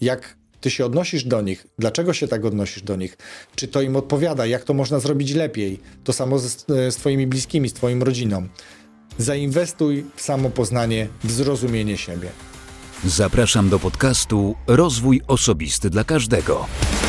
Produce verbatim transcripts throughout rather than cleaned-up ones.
jak ty się odnosisz do nich, dlaczego się tak odnosisz do nich, czy to im odpowiada, jak to można zrobić lepiej, to samo z, z twoimi bliskimi, z twoją rodziną. Zainwestuj w samopoznanie, w zrozumienie siebie. Zapraszam do podcastu Rozwój Osobisty dla Każdego.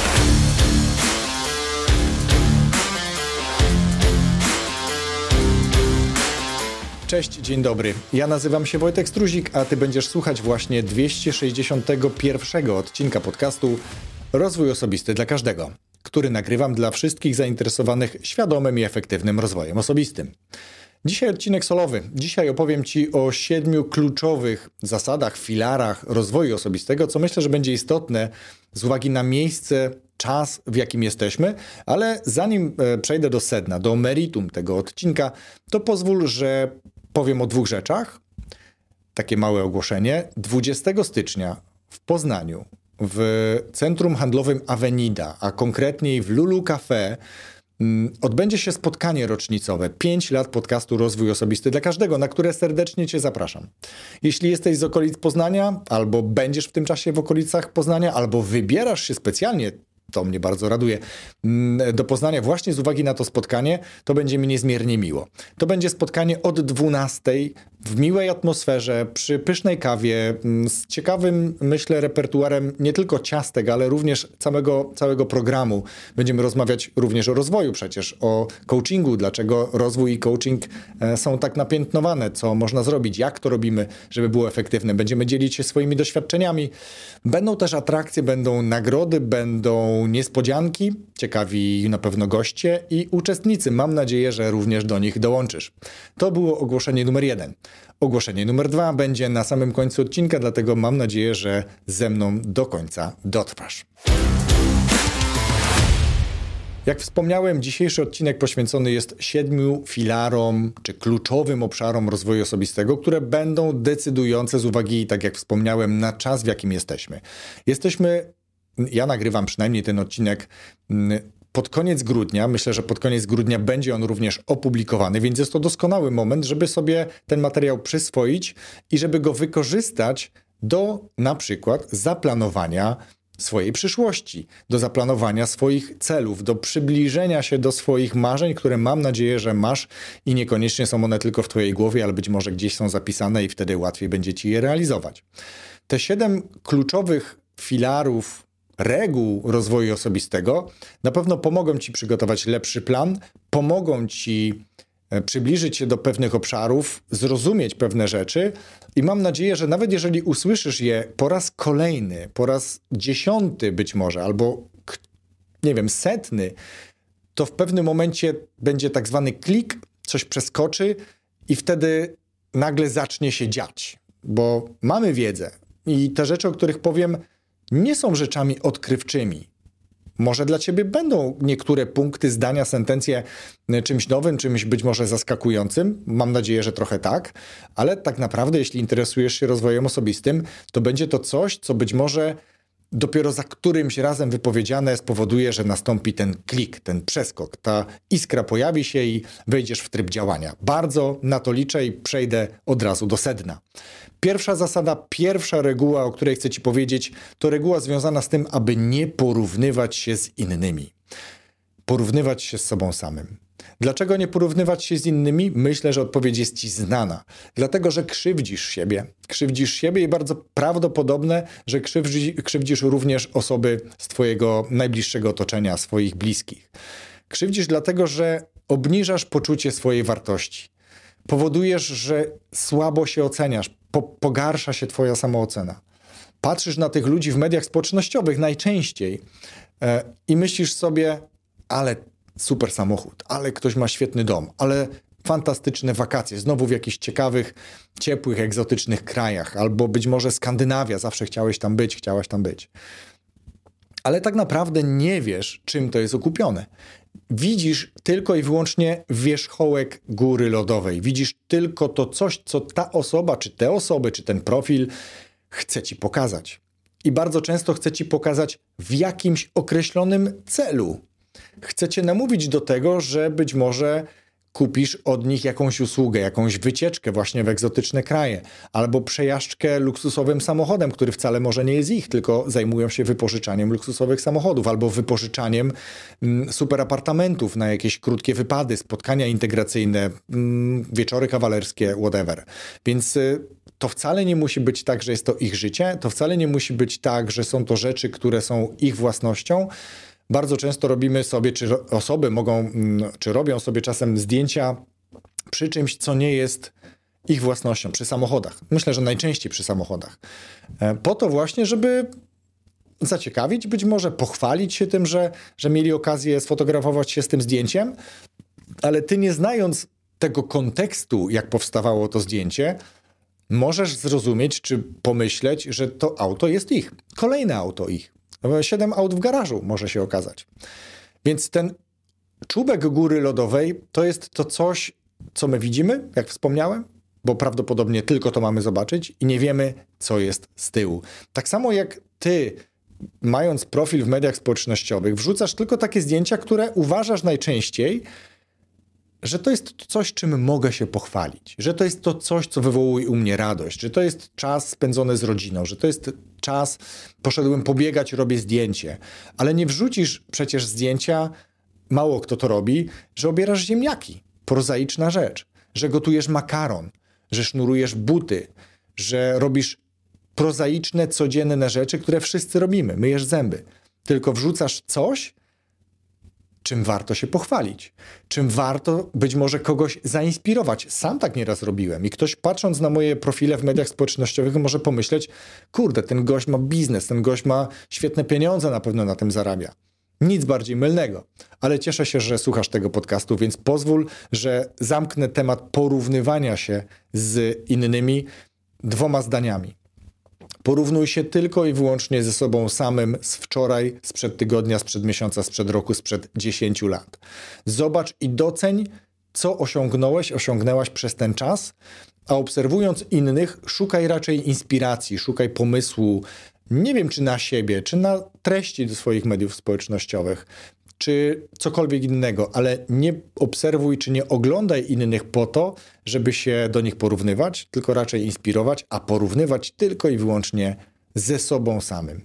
Cześć, dzień dobry. Ja nazywam się Wojtek Struzik, a ty będziesz słuchać właśnie dwieście sześćdziesiątego pierwszego odcinka podcastu Rozwój Osobisty dla Każdego, który nagrywam dla wszystkich zainteresowanych świadomym i efektywnym rozwojem osobistym. Dzisiaj odcinek solowy. Dzisiaj opowiem Ci o siedmiu kluczowych zasadach, filarach rozwoju osobistego, co myślę, że będzie istotne z uwagi na miejsce, czas, w jakim jesteśmy, ale zanim przejdę do sedna, do meritum tego odcinka, to pozwól, że powiem o dwóch rzeczach. Takie małe ogłoszenie. dwudziestego stycznia w Poznaniu, w centrum handlowym Avenida, a konkretniej w Lulu Cafe, odbędzie się spotkanie rocznicowe, pięć lat podcastu Rozwój Osobisty dla Każdego, na które serdecznie Cię zapraszam. Jeśli jesteś z okolic Poznania, albo będziesz w tym czasie w okolicach Poznania, albo wybierasz się specjalnie, to mnie bardzo raduje, do Poznania właśnie z uwagi na to spotkanie, to będzie mi niezmiernie miło. To będzie spotkanie od dwunastej w miłej atmosferze, przy pysznej kawie, z ciekawym, myślę, repertuarem nie tylko ciastek, ale również całego, całego programu. Będziemy rozmawiać również o rozwoju przecież, o coachingu, dlaczego rozwój i coaching są tak napiętnowane, co można zrobić, jak to robimy, żeby było efektywne. Będziemy dzielić się swoimi doświadczeniami. Będą też atrakcje, będą nagrody, będą niespodzianki, ciekawi na pewno goście i uczestnicy. Mam nadzieję, że również do nich dołączysz. To było ogłoszenie numer jeden. Ogłoszenie numer dwa będzie na samym końcu odcinka, dlatego mam nadzieję, że ze mną do końca dotrwasz. Jak wspomniałem, dzisiejszy odcinek poświęcony jest siedmiu filarom czy kluczowym obszarom rozwoju osobistego, które będą decydujące z uwagi, tak jak wspomniałem, na czas, w jakim jesteśmy. Jesteśmy, ja nagrywam przynajmniej ten odcinek pod koniec grudnia. Myślę, że pod koniec grudnia będzie on również opublikowany, więc jest to doskonały moment, żeby sobie ten materiał przyswoić i żeby go wykorzystać do na przykład zaplanowania swojej przyszłości, do zaplanowania swoich celów, do przybliżenia się do swoich marzeń, które mam nadzieję, że masz i niekoniecznie są one tylko w twojej głowie, ale być może gdzieś są zapisane i wtedy łatwiej będzie ci je realizować. Te siedem kluczowych filarów, reguł rozwoju osobistego na pewno pomogą ci przygotować lepszy plan, pomogą ci przybliżyć się do pewnych obszarów, zrozumieć pewne rzeczy i mam nadzieję, że nawet jeżeli usłyszysz je po raz kolejny, po raz dziesiąty być może, albo nie wiem, setny, to w pewnym momencie będzie tak zwany klik, coś przeskoczy i wtedy nagle zacznie się dziać, bo mamy wiedzę i te rzeczy, o których powiem, nie są rzeczami odkrywczymi. Może dla ciebie będą niektóre punkty, zdania, sentencje czymś nowym, czymś być może zaskakującym. Mam nadzieję, że trochę tak, ale tak naprawdę, jeśli interesujesz się rozwojem osobistym, to będzie to coś, co być może dopiero za którymś razem wypowiedziane spowoduje, że nastąpi ten klik, ten przeskok, ta iskra pojawi się i wejdziesz w tryb działania. Bardzo na to liczę i przejdę od razu do sedna. Pierwsza zasada, pierwsza reguła, o której chcę ci powiedzieć, to reguła związana z tym, aby nie porównywać się z innymi. Porównywać się z sobą samym. Dlaczego nie porównywać się z innymi? Myślę, że odpowiedź jest ci znana. Dlatego, że krzywdzisz siebie. Krzywdzisz siebie i bardzo prawdopodobne, że krzywdzi, krzywdzisz również osoby z twojego najbliższego otoczenia, swoich bliskich. Krzywdzisz dlatego, że obniżasz poczucie swojej wartości. Powodujesz, że słabo się oceniasz, po, pogarsza się twoja samoocena. Patrzysz na tych ludzi w mediach społecznościowych najczęściej e, i myślisz sobie, ale super samochód, ale ktoś ma świetny dom, ale fantastyczne wakacje, znowu w jakichś ciekawych, ciepłych, egzotycznych krajach, albo być może Skandynawia, zawsze chciałeś tam być, chciałaś tam być. Ale tak naprawdę nie wiesz, czym to jest okupione. Widzisz tylko i wyłącznie wierzchołek góry lodowej. Widzisz tylko to coś, co ta osoba, czy te osoby, czy ten profil chce ci pokazać. I bardzo często chce ci pokazać w jakimś określonym celu. Chce cię namówić do tego, że być może kupisz od nich jakąś usługę, jakąś wycieczkę właśnie w egzotyczne kraje, albo przejażdżkę luksusowym samochodem, który wcale może nie jest ich, tylko zajmują się wypożyczaniem luksusowych samochodów, albo wypożyczaniem mm, super apartamentów na jakieś krótkie wypady, spotkania integracyjne, mm, wieczory kawalerskie, whatever. Więc y, to wcale nie musi być tak, że jest to ich życie, to wcale nie musi być tak, że są to rzeczy, które są ich własnością. Bardzo często robimy sobie, czy osoby mogą, czy robią sobie czasem zdjęcia przy czymś, co nie jest ich własnością, przy samochodach. Myślę, że najczęściej przy samochodach. Po to właśnie, żeby zaciekawić, być może pochwalić się tym, że, że mieli okazję sfotografować się z tym zdjęciem, ale ty nie znając tego kontekstu, jak powstawało to zdjęcie, możesz zrozumieć, czy pomyśleć, że to auto jest ich. Kolejne auto ich. Siedem aut w garażu może się okazać. Więc ten czubek góry lodowej to jest to coś, co my widzimy, jak wspomniałem, bo prawdopodobnie tylko to mamy zobaczyć i nie wiemy, co jest z tyłu. Tak samo jak ty, mając profil w mediach społecznościowych, wrzucasz tylko takie zdjęcia, które uważasz najczęściej, że to jest coś, czym mogę się pochwalić, że to jest to coś, co wywołuje u mnie radość, że to jest czas spędzony z rodziną, że to jest czas, poszedłem pobiegać, robię zdjęcie, ale nie wrzucisz przecież zdjęcia, mało kto to robi, że obierasz ziemniaki, prozaiczna rzecz, że gotujesz makaron, że sznurujesz buty, że robisz prozaiczne, codzienne rzeczy, które wszyscy robimy, myjesz zęby, tylko wrzucasz coś, czym warto się pochwalić, czym warto być może kogoś zainspirować. Sam tak nieraz robiłem i ktoś patrząc na moje profile w mediach społecznościowych może pomyśleć, kurde, ten gość ma biznes, ten gość ma świetne pieniądze, na pewno na tym zarabia. Nic bardziej mylnego, ale cieszę się, że słuchasz tego podcastu, więc pozwól, że zamknę temat porównywania się z innymi dwoma zdaniami. Porównuj się tylko i wyłącznie ze sobą samym z wczoraj, sprzed tygodnia, sprzed miesiąca, sprzed roku, sprzed dziesięciu lat. Zobacz i doceń, co osiągnąłeś, osiągnęłaś przez ten czas, a obserwując innych, szukaj raczej inspiracji, szukaj pomysłu, nie wiem czy na siebie, czy na treści do swoich mediów społecznościowych, czy cokolwiek innego, ale nie obserwuj, czy nie oglądaj innych po to, żeby się do nich porównywać, tylko raczej inspirować, a porównywać tylko i wyłącznie ze sobą samym.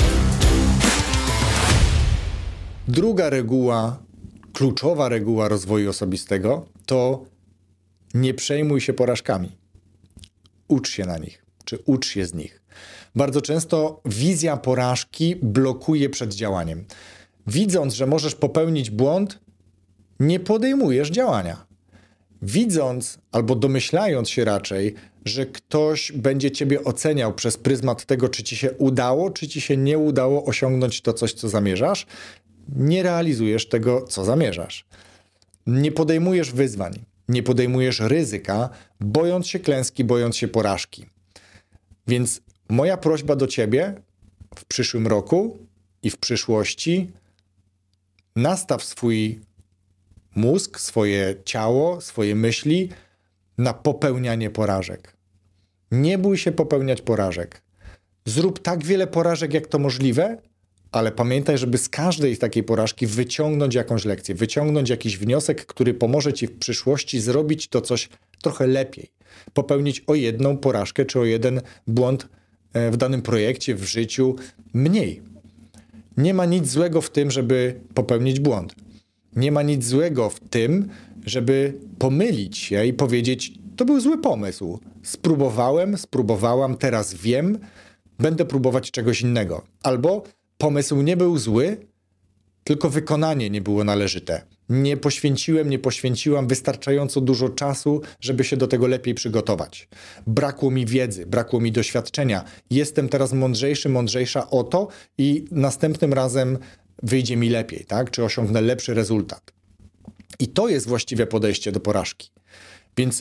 Druga reguła, kluczowa reguła rozwoju osobistego to nie przejmuj się porażkami. Ucz się na nich, czy ucz się z nich. Bardzo często wizja porażki blokuje przed działaniem. Widząc, że możesz popełnić błąd, nie podejmujesz działania. Widząc albo domyślając się raczej, że ktoś będzie ciebie oceniał przez pryzmat tego, czy ci się udało, czy ci się nie udało osiągnąć to coś, co zamierzasz, nie realizujesz tego, co zamierzasz. Nie podejmujesz wyzwań, nie podejmujesz ryzyka, bojąc się klęski, bojąc się porażki. Więc moja prośba do ciebie w przyszłym roku i w przyszłości: nastaw swój mózg, swoje ciało, swoje myśli na popełnianie porażek. Nie bój się popełniać porażek. Zrób tak wiele porażek, jak to możliwe, ale pamiętaj, żeby z każdej takiej porażki wyciągnąć jakąś lekcję, wyciągnąć jakiś wniosek, który pomoże ci w przyszłości zrobić to coś trochę lepiej. Popełnić o jedną porażkę, czy o jeden błąd w danym projekcie, w życiu mniej. Nie ma nic złego w tym, żeby popełnić błąd. Nie ma nic złego w tym, żeby pomylić się i powiedzieć, to był zły pomysł. Spróbowałem, spróbowałam, teraz wiem, będę próbować czegoś innego. Albo pomysł nie był zły, tylko wykonanie nie było należyte. Nie poświęciłem, nie poświęciłam wystarczająco dużo czasu, żeby się do tego lepiej przygotować. Brakło mi wiedzy, brakło mi doświadczenia. Jestem teraz mądrzejszy, mądrzejsza o to i następnym razem wyjdzie mi lepiej, tak? Czy osiągnę lepszy rezultat. I to jest właściwe podejście do porażki. Więc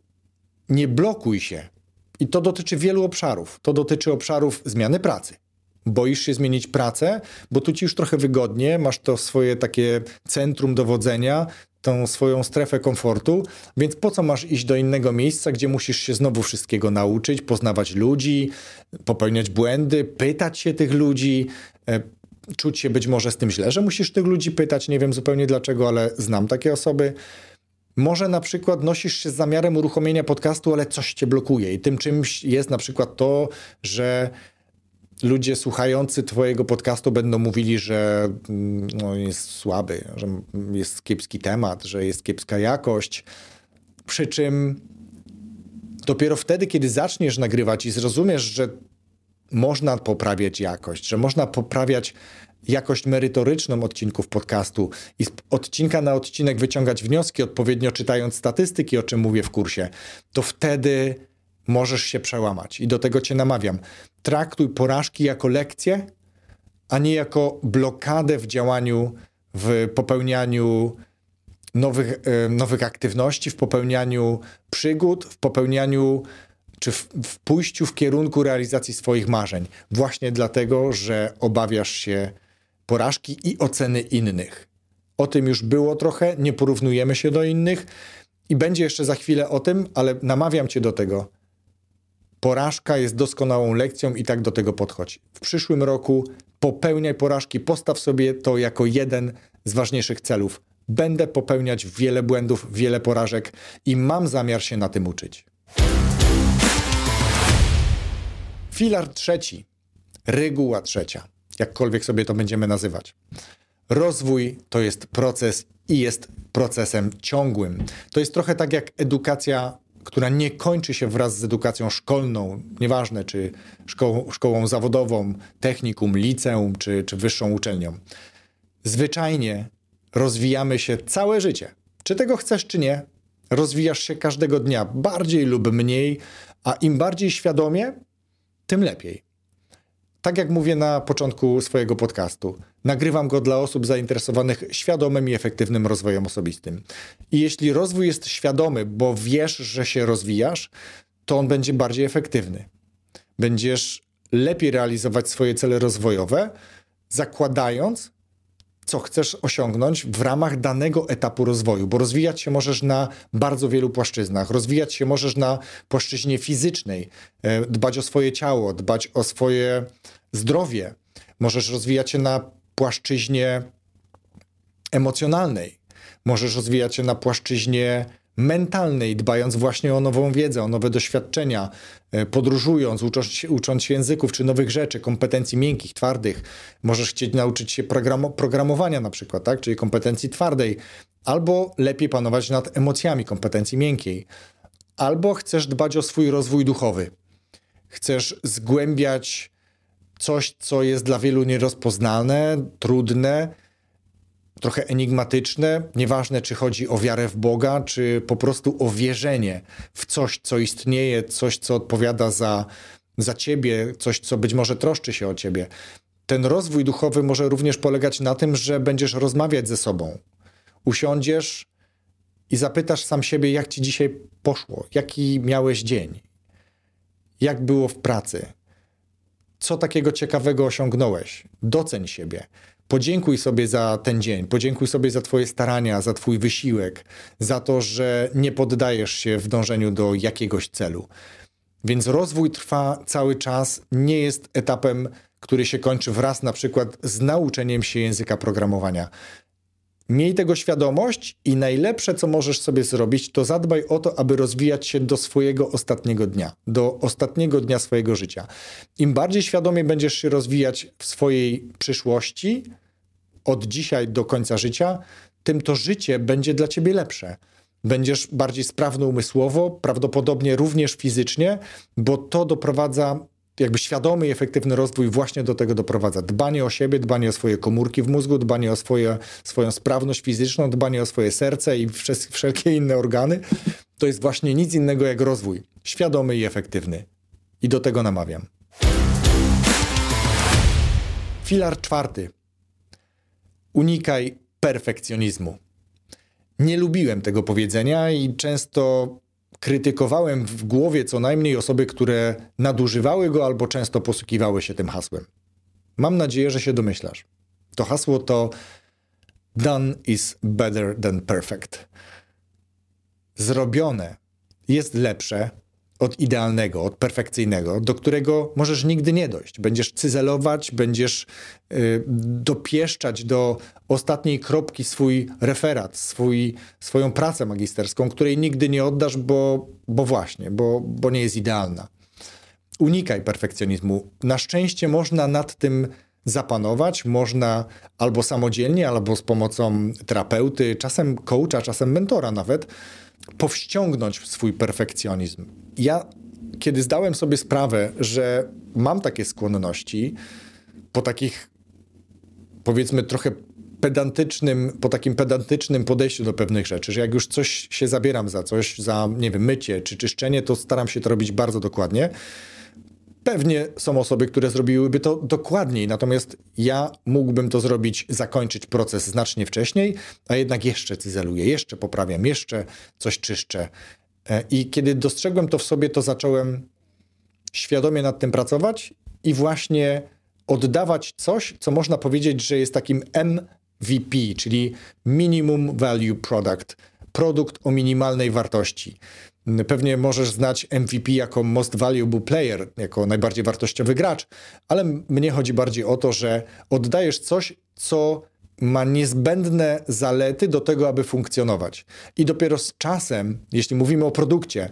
nie blokuj się. I to dotyczy wielu obszarów. To dotyczy obszarów zmiany pracy. Boisz się zmienić pracę, bo tu ci już trochę wygodnie, masz to swoje takie centrum dowodzenia, tą swoją strefę komfortu, więc po co masz iść do innego miejsca, gdzie musisz się znowu wszystkiego nauczyć, poznawać ludzi, popełniać błędy, pytać się tych ludzi, e, czuć się być może z tym źle, że musisz tych ludzi pytać, nie wiem zupełnie dlaczego, ale znam takie osoby. Może na przykład nosisz się z zamiarem uruchomienia podcastu, ale coś cię blokuje i tym czymś jest na przykład to, że ludzie słuchający twojego podcastu będą mówili, że no, jest słaby, że jest kiepski temat, że jest kiepska jakość. Przy czym dopiero wtedy, kiedy zaczniesz nagrywać i zrozumiesz, że można poprawiać jakość, że można poprawiać jakość merytoryczną odcinków podcastu i z odcinka na odcinek wyciągać wnioski, odpowiednio czytając statystyki, o czym mówię w kursie, to wtedy możesz się przełamać. I do tego cię namawiam. Traktuj porażki jako lekcję, a nie jako blokadę w działaniu, w popełnianiu nowych, nowych aktywności, w popełnianiu przygód, w popełnianiu czy w, w pójściu w kierunku realizacji swoich marzeń. Właśnie dlatego, że obawiasz się porażki i oceny innych. O tym już było trochę, nie porównujemy się do innych i będzie jeszcze za chwilę o tym, ale namawiam cię do tego. Porażka jest doskonałą lekcją i tak do tego podchodź. W przyszłym roku popełniaj porażki, postaw sobie to jako jeden z ważniejszych celów. Będę popełniać wiele błędów, wiele porażek i mam zamiar się na tym uczyć. Filar trzeci, reguła trzecia, jakkolwiek sobie to będziemy nazywać. Rozwój to jest proces i jest procesem ciągłym. To jest trochę tak jak edukacja, która nie kończy się wraz z edukacją szkolną, nieważne czy szkołą, szkołą zawodową, technikum, liceum czy, czy wyższą uczelnią. Zwyczajnie rozwijamy się całe życie. Czy tego chcesz, czy nie, rozwijasz się każdego dnia, bardziej lub mniej, a im bardziej świadomie, tym lepiej. Tak jak mówię na początku swojego podcastu, nagrywam go dla osób zainteresowanych świadomym i efektywnym rozwojem osobistym. I jeśli rozwój jest świadomy, bo wiesz, że się rozwijasz, to on będzie bardziej efektywny. Będziesz lepiej realizować swoje cele rozwojowe, zakładając, co chcesz osiągnąć w ramach danego etapu rozwoju, bo rozwijać się możesz na bardzo wielu płaszczyznach. Rozwijać się możesz na płaszczyźnie fizycznej, dbać o swoje ciało, dbać o swoje zdrowie. Możesz rozwijać się na płaszczyźnie emocjonalnej. Możesz rozwijać się na płaszczyźnie mentalnej, dbając właśnie o nową wiedzę, o nowe doświadczenia, podróżując, ucząc, ucząc się języków czy nowych rzeczy, kompetencji miękkich, twardych. Możesz chcieć nauczyć się program- programowania na przykład, tak? Czyli kompetencji twardej, albo lepiej panować nad emocjami, kompetencji miękkiej. Albo chcesz dbać o swój rozwój duchowy. Chcesz zgłębiać coś, co jest dla wielu nierozpoznane, trudne, trochę enigmatyczne, nieważne czy chodzi o wiarę w Boga, czy po prostu o wierzenie w coś, co istnieje, coś, co odpowiada za, za ciebie, coś, co być może troszczy się o ciebie. Ten rozwój duchowy może również polegać na tym, że będziesz rozmawiać ze sobą. Usiądziesz i zapytasz sam siebie, jak ci dzisiaj poszło, jaki miałeś dzień, jak było w pracy, co takiego ciekawego osiągnąłeś, doceń siebie. Podziękuj sobie za ten dzień, podziękuj sobie za twoje starania, za twój wysiłek, za to, że nie poddajesz się w dążeniu do jakiegoś celu. Więc rozwój trwa cały czas, nie jest etapem, który się kończy wraz na przykład z nauczeniem się języka programowania. Miej tego świadomość i najlepsze, co możesz sobie zrobić, to zadbaj o to, aby rozwijać się do swojego ostatniego dnia, do ostatniego dnia swojego życia. Im bardziej świadomie będziesz się rozwijać w swojej przyszłości, od dzisiaj do końca życia, tym to życie będzie dla ciebie lepsze. Będziesz bardziej sprawny umysłowo, prawdopodobnie również fizycznie, bo to doprowadza, jakby świadomy i efektywny rozwój właśnie do tego doprowadza. Dbanie o siebie, dbanie o swoje komórki w mózgu, dbanie o swoje, swoją sprawność fizyczną, dbanie o swoje serce i wszelkie inne organy, to jest właśnie nic innego jak rozwój. Świadomy i efektywny. I do tego namawiam. Filar czwarty. Unikaj perfekcjonizmu. Nie lubiłem tego powiedzenia i często krytykowałem w głowie co najmniej osoby, które nadużywały go albo często posługiwały się tym hasłem. Mam nadzieję, że się domyślasz. To hasło to done is better than perfect. Zrobione jest lepsze od idealnego, od perfekcyjnego, do którego możesz nigdy nie dojść. Będziesz cyzelować, będziesz y, dopieszczać do ostatniej kropki swój referat, swój, swoją pracę magisterską, której nigdy nie oddasz, bo, bo właśnie, bo, bo nie jest idealna. Unikaj perfekcjonizmu. Na szczęście można nad tym zapanować, można albo samodzielnie, albo z pomocą terapeuty, czasem coacha, czasem mentora nawet, powściągnąć swój perfekcjonizm. Ja, kiedy zdałem sobie sprawę, że mam takie skłonności, po takich, powiedzmy, trochę pedantycznym, po takim pedantycznym podejściu do pewnych rzeczy, że jak już coś się zabieram za coś, za, nie wiem, mycie czy czyszczenie, to staram się to robić bardzo dokładnie. Pewnie są osoby, które zrobiłyby to dokładniej, natomiast ja mógłbym to zrobić, zakończyć proces znacznie wcześniej, a jednak jeszcze cyzeluję, jeszcze poprawiam, jeszcze coś czyszczę. I kiedy dostrzegłem to w sobie, to zacząłem świadomie nad tym pracować i właśnie oddawać coś, co można powiedzieć, że jest takim M V P, czyli Minimum Value Product, produkt o minimalnej wartości. Pewnie możesz znać M V P jako Most Valuable Player, jako najbardziej wartościowy gracz, ale mnie chodzi bardziej o to, że oddajesz coś, co ma niezbędne zalety do tego, aby funkcjonować. I dopiero z czasem, jeśli mówimy o produkcie,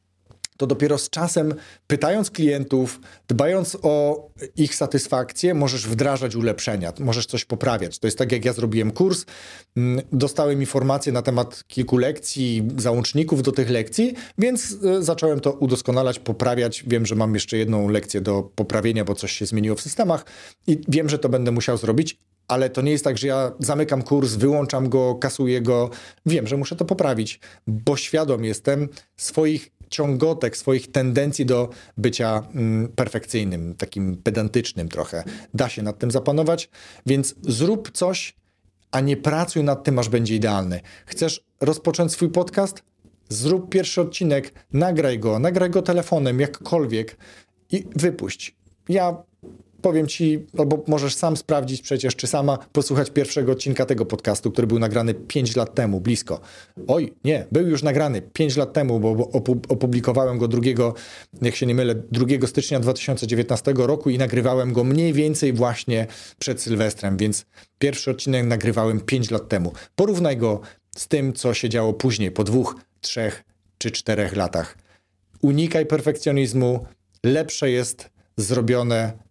to dopiero z czasem, pytając klientów, dbając o ich satysfakcję, możesz wdrażać ulepszenia, możesz coś poprawiać. To jest tak, jak ja zrobiłem kurs, dostałem informacje na temat kilku lekcji, załączników do tych lekcji, więc zacząłem to udoskonalać, poprawiać. Wiem, że mam jeszcze jedną lekcję do poprawienia, bo coś się zmieniło w systemach i wiem, że to będę musiał zrobić, ale to nie jest tak, że ja zamykam kurs, wyłączam go, kasuję go. Wiem, że muszę to poprawić, bo świadom jestem swoich ciągotek, swoich tendencji do bycia mm, perfekcyjnym, takim pedantycznym trochę. Da się nad tym zapanować, więc zrób coś, a nie pracuj nad tym, aż będzie idealny. Chcesz rozpocząć swój podcast? Zrób pierwszy odcinek, nagraj go, nagraj go telefonem, jakkolwiek i wypuść. Ja powiem ci, albo możesz sam sprawdzić przecież, czy sama posłuchać pierwszego odcinka tego podcastu, który był nagrany pięć lat temu, blisko. Oj, nie, był już nagrany pięć lat temu, bo opublikowałem go drugiego, jak się nie mylę, drugiego stycznia dwa tysiące dziewiętnastego roku i nagrywałem go mniej więcej właśnie przed Sylwestrem, więc pierwszy odcinek nagrywałem pięć lat temu. Porównaj go z tym, co się działo później, po dwóch, trzech czy czterech latach. Unikaj perfekcjonizmu, lepsze jest zrobione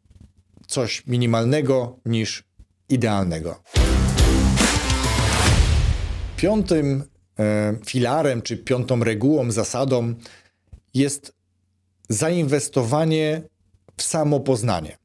coś minimalnego niż idealnego. Piątym e, filarem, czy piątą regułą, zasadą jest zainwestowanie w samopoznanie.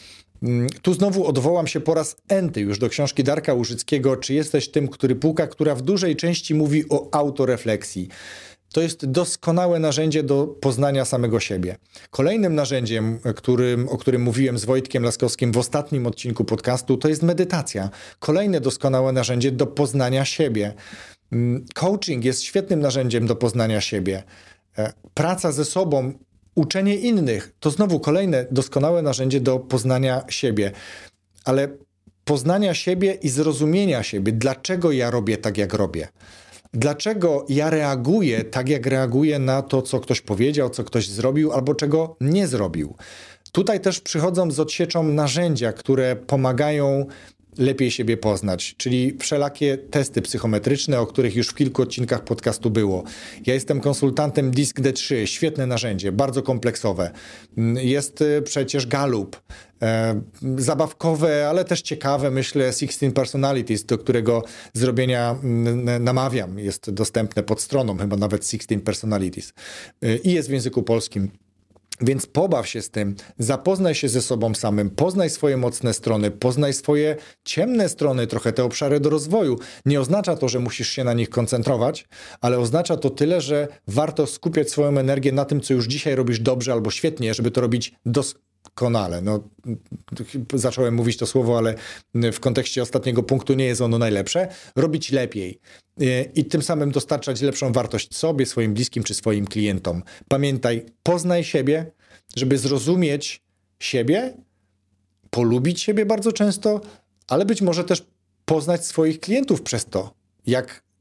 Tu znowu odwołam się po raz enty już do książki Darka Łużyckiego, Czy jesteś tym, który puka, która w dużej części mówi o autorefleksji. To jest doskonałe narzędzie do poznania samego siebie. Kolejnym narzędziem, którym, o którym mówiłem z Wojtkiem Laskowskim w ostatnim odcinku podcastu, to jest medytacja. Kolejne doskonałe narzędzie do poznania siebie. Coaching jest świetnym narzędziem do poznania siebie. Praca ze sobą, uczenie innych, to znowu kolejne doskonałe narzędzie do poznania siebie. Ale poznania siebie i zrozumienia siebie, dlaczego ja robię tak, jak robię. Dlaczego ja reaguję tak, jak reaguję na to, co ktoś powiedział, co ktoś zrobił, albo czego nie zrobił. Tutaj też przychodzą z odsieczą narzędzia, które pomagają lepiej siebie poznać, czyli wszelakie testy psychometryczne, o których już w kilku odcinkach podcastu było. Ja jestem konsultantem D I S C D trzy, świetne narzędzie, bardzo kompleksowe. Jest przecież Gallup, e, zabawkowe, ale też ciekawe, myślę, sixteen Personalities, do którego zrobienia n- namawiam. Jest dostępne pod stroną, chyba nawet sixteen Personalities. E, I jest w języku polskim. Więc pobaw się z tym, zapoznaj się ze sobą samym, poznaj swoje mocne strony, poznaj swoje ciemne strony, trochę te obszary do rozwoju. Nie oznacza to, że musisz się na nich koncentrować, ale oznacza to tyle, że warto skupiać swoją energię na tym, co już dzisiaj robisz dobrze albo świetnie, żeby to robić doskonale. No, zacząłem mówić to słowo, ale w kontekście ostatniego punktu nie jest ono najlepsze. Robić lepiej i tym samym dostarczać lepszą wartość sobie, swoim bliskim czy swoim klientom. Pamiętaj, poznaj siebie, żeby zrozumieć siebie, polubić siebie bardzo często, ale być może też poznać swoich klientów przez to, jak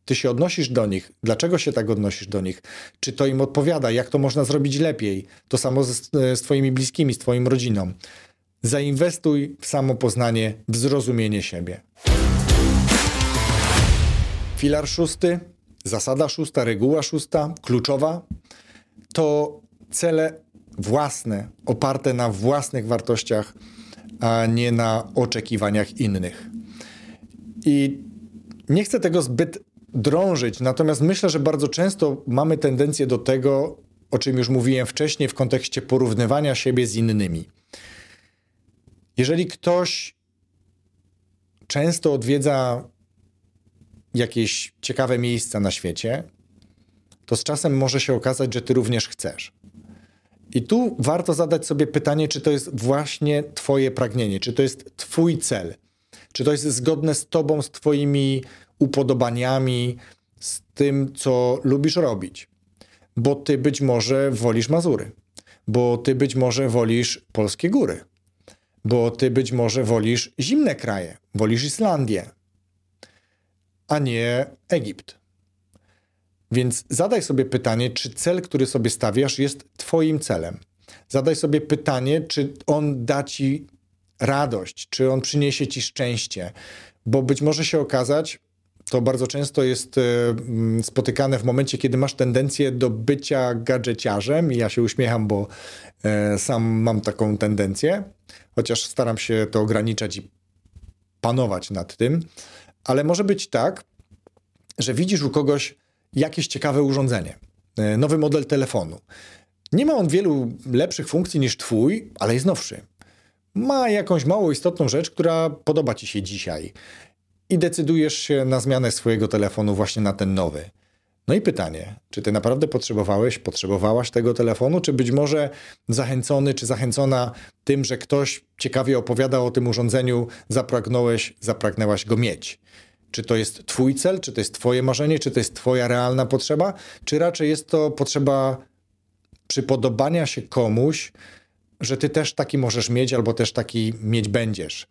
ty się odnosisz do nich, dlaczego się tak odnosisz do nich, czy to im odpowiada, jak to można zrobić lepiej, to samo z, z twoimi bliskimi, z twoją rodziną. Zainwestuj w samopoznanie, w zrozumienie siebie. Filar szósty, zasada szósta, reguła szósta, kluczowa, to cele własne, oparte na własnych wartościach, a nie na oczekiwaniach innych. I nie chcę tego zbyt drążyć, natomiast myślę, że bardzo często mamy tendencję do tego, o czym już mówiłem wcześniej, w kontekście porównywania siebie z innymi. Jeżeli ktoś często odwiedza jakieś ciekawe miejsca na świecie, to z czasem może się okazać, że ty również chcesz. I tu warto zadać sobie pytanie, czy to jest właśnie twoje pragnienie, czy to jest twój cel, czy to jest zgodne z tobą, z twoimi upodobaniami, z tym, co lubisz robić. Bo ty być może wolisz Mazury, bo ty być może wolisz polskie góry, bo ty być może wolisz zimne kraje, wolisz Islandię, a nie Egipt. Więc zadaj sobie pytanie, czy cel, który sobie stawiasz, jest twoim celem. Zadaj sobie pytanie, czy on da ci radość, czy on przyniesie ci szczęście, bo być może się okazać, to bardzo często jest y, spotykane w momencie, kiedy masz tendencję do bycia gadżeciarzem i ja się uśmiecham, bo y, sam mam taką tendencję, chociaż staram się to ograniczać i panować nad tym, ale może być tak, że widzisz u kogoś jakieś ciekawe urządzenie, y, nowy model telefonu. Nie ma on wielu lepszych funkcji niż twój, ale jest nowszy. Ma jakąś mało istotną rzecz, która podoba ci się dzisiaj. I decydujesz się na zmianę swojego telefonu właśnie na ten nowy. No i pytanie, czy ty naprawdę potrzebowałeś, potrzebowałaś tego telefonu, czy być może zachęcony, czy zachęcona tym, że ktoś ciekawie opowiada o tym urządzeniu, zapragnąłeś, zapragnęłaś go mieć. Czy to jest twój cel, czy to jest twoje marzenie, czy to jest twoja realna potrzeba, czy raczej jest to potrzeba przypodobania się komuś, że ty też taki możesz mieć, albo też taki mieć będziesz.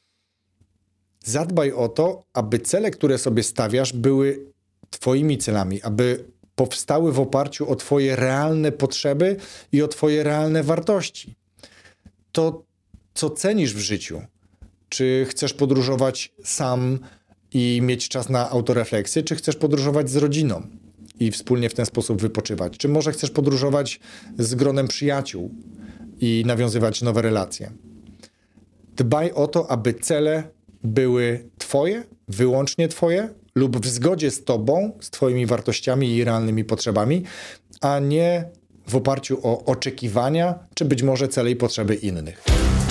Zadbaj o to, aby cele, które sobie stawiasz, były twoimi celami, aby powstały w oparciu o twoje realne potrzeby i o twoje realne wartości. To, co cenisz w życiu, czy chcesz podróżować sam i mieć czas na autorefleksję, czy chcesz podróżować z rodziną i wspólnie w ten sposób wypoczywać, czy może chcesz podróżować z gronem przyjaciół i nawiązywać nowe relacje. Dbaj o to, aby cele były twoje, wyłącznie twoje lub w zgodzie z tobą, z twoimi wartościami i realnymi potrzebami, a nie w oparciu o oczekiwania, czy być może cele i potrzeby innych.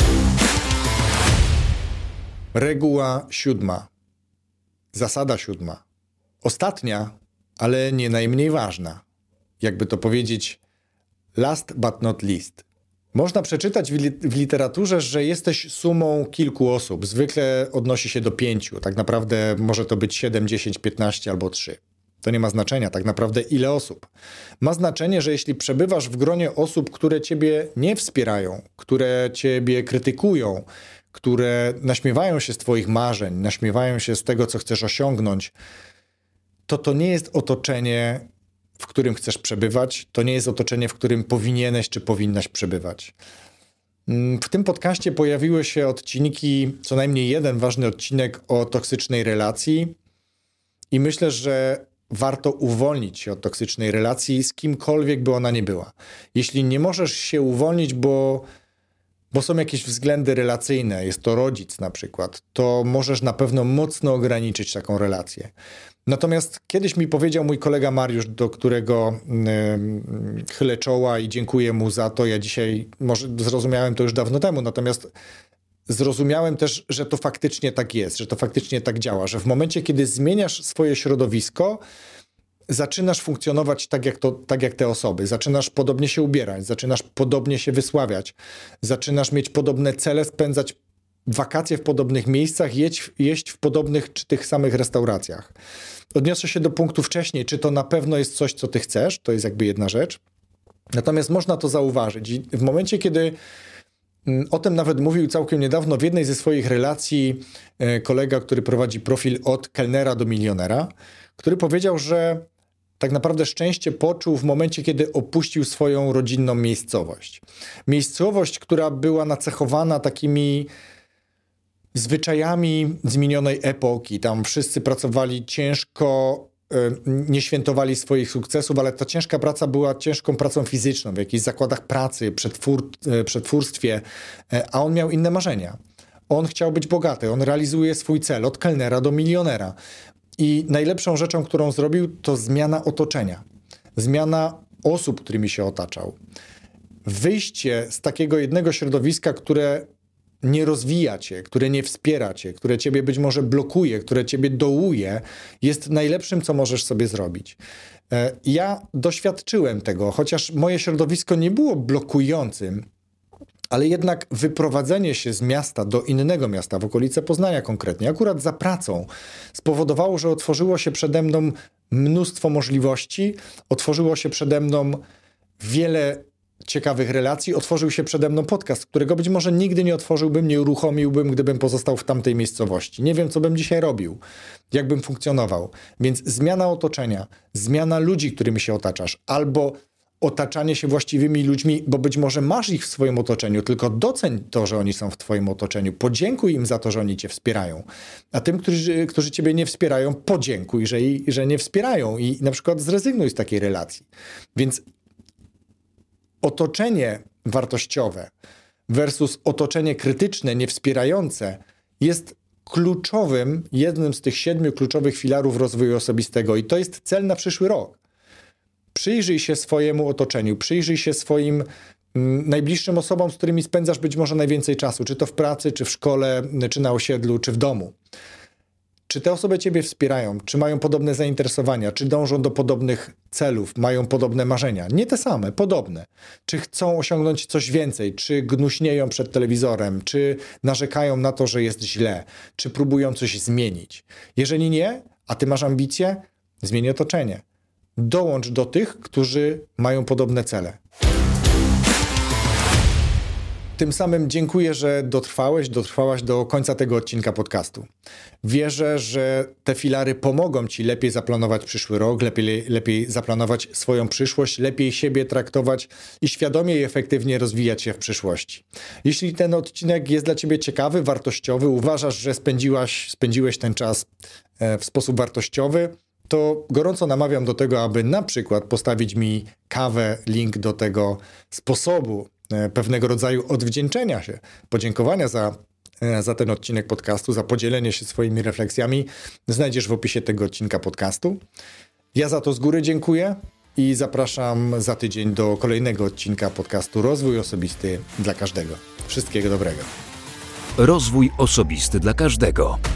Reguła siódma. Zasada siódma. Ostatnia, ale nie najmniej ważna. Jakby to powiedzieć, last but not least. Można przeczytać w, li- w literaturze, że jesteś sumą kilku osób. Zwykle odnosi się do pięciu. Tak naprawdę może to być siedem, dziesięć, piętnaście albo trzy. To nie ma znaczenia tak naprawdę ile osób. Ma znaczenie, że jeśli przebywasz w gronie osób, które ciebie nie wspierają, które ciebie krytykują, które naśmiewają się z twoich marzeń, naśmiewają się z tego, co chcesz osiągnąć, to to nie jest otoczenie, w którym chcesz przebywać. To nie jest otoczenie, w którym powinieneś czy powinnaś przebywać. W tym podcaście pojawiły się odcinki, co najmniej jeden ważny odcinek o toksycznej relacji i myślę, że warto uwolnić się od toksycznej relacji z kimkolwiek by ona nie była. Jeśli nie możesz się uwolnić, bo, bo są jakieś względy relacyjne, jest to rodzic na przykład, to możesz na pewno mocno ograniczyć taką relację. Natomiast kiedyś mi powiedział mój kolega Mariusz, do którego yy, chylę czoła i dziękuję mu za to. Ja dzisiaj, może zrozumiałem to już dawno temu, natomiast zrozumiałem też, że to faktycznie tak jest, że to faktycznie tak działa, że w momencie, kiedy zmieniasz swoje środowisko, zaczynasz funkcjonować tak jak, to, tak jak te osoby, zaczynasz podobnie się ubierać, zaczynasz podobnie się wysławiać, zaczynasz mieć podobne cele, spędzać wakacje w podobnych miejscach, jeść, jeść w podobnych czy tych samych restauracjach. Odniosę się do punktu wcześniej, czy to na pewno jest coś, co ty chcesz, to jest jakby jedna rzecz. Natomiast można to zauważyć. I w momencie, kiedy o tym nawet mówił całkiem niedawno w jednej ze swoich relacji kolega, który prowadzi profil Od kelnera do milionera, który powiedział, że tak naprawdę szczęście poczuł w momencie, kiedy opuścił swoją rodzinną miejscowość. Miejscowość, która była nacechowana takimi zwyczajami z minionej epoki. Tam wszyscy pracowali ciężko, nie świętowali swoich sukcesów, ale ta ciężka praca była ciężką pracą fizyczną, w jakichś zakładach pracy, przetwór, przetwórstwie, a on miał inne marzenia. On chciał być bogaty, on realizuje swój cel od kelnera do milionera. I najlepszą rzeczą, którą zrobił, to zmiana otoczenia. Zmiana osób, którymi się otaczał. Wyjście z takiego jednego środowiska, które nie rozwija cię, które nie wspiera cię, które ciebie być może blokuje, które ciebie dołuje, jest najlepszym, co możesz sobie zrobić. Ja doświadczyłem tego, chociaż moje środowisko nie było blokującym, ale jednak wyprowadzenie się z miasta do innego miasta, w okolice Poznania konkretnie, akurat za pracą, spowodowało, że otworzyło się przede mną mnóstwo możliwości, otworzyło się przede mną wiele ciekawych relacji, otworzył się przede mną podcast, którego być może nigdy nie otworzyłbym, nie uruchomiłbym, gdybym pozostał w tamtej miejscowości. Nie wiem, co bym dzisiaj robił, jak bym funkcjonował. Więc zmiana otoczenia, zmiana ludzi, którymi się otaczasz, albo otaczanie się właściwymi ludźmi, bo być może masz ich w swoim otoczeniu, tylko doceń to, że oni są w twoim otoczeniu. Podziękuj im za to, że oni cię wspierają. A tym, którzy, którzy ciebie nie wspierają, podziękuj, że, że nie wspierają i na przykład zrezygnuj z takiej relacji. Więc otoczenie wartościowe versus otoczenie krytyczne, niewspierające jest kluczowym, jednym z tych siedmiu kluczowych filarów rozwoju osobistego i to jest cel na przyszły rok. Przyjrzyj się swojemu otoczeniu, przyjrzyj się swoim mm, najbliższym osobom, z którymi spędzasz być może najwięcej czasu, czy to w pracy, czy w szkole, czy na osiedlu, czy w domu. Czy te osoby ciebie wspierają, czy mają podobne zainteresowania, czy dążą do podobnych celów, mają podobne marzenia? Nie te same, podobne. Czy chcą osiągnąć coś więcej, czy gnuśnieją przed telewizorem, czy narzekają na to, że jest źle, czy próbują coś zmienić? Jeżeli nie, a ty masz ambicje, zmień otoczenie. Dołącz do tych, którzy mają podobne cele. Tym samym dziękuję, że dotrwałeś, dotrwałaś do końca tego odcinka podcastu. Wierzę, że te filary pomogą ci lepiej zaplanować przyszły rok, lepiej, lepiej zaplanować swoją przyszłość, lepiej siebie traktować i świadomie i efektywnie rozwijać się w przyszłości. Jeśli ten odcinek jest dla ciebie ciekawy, wartościowy, uważasz, że spędziłaś, spędziłeś ten czas w sposób wartościowy, to gorąco namawiam do tego, aby na przykład postawić mi kawę, link do tego sposobu pewnego rodzaju odwdzięczenia się, podziękowania za, za ten odcinek podcastu, za podzielenie się swoimi refleksjami. Znajdziesz w opisie tego odcinka podcastu. Ja za to z góry dziękuję i zapraszam za tydzień do kolejnego odcinka podcastu Rozwój Osobisty dla Każdego. Wszystkiego dobrego. Rozwój Osobisty dla Każdego.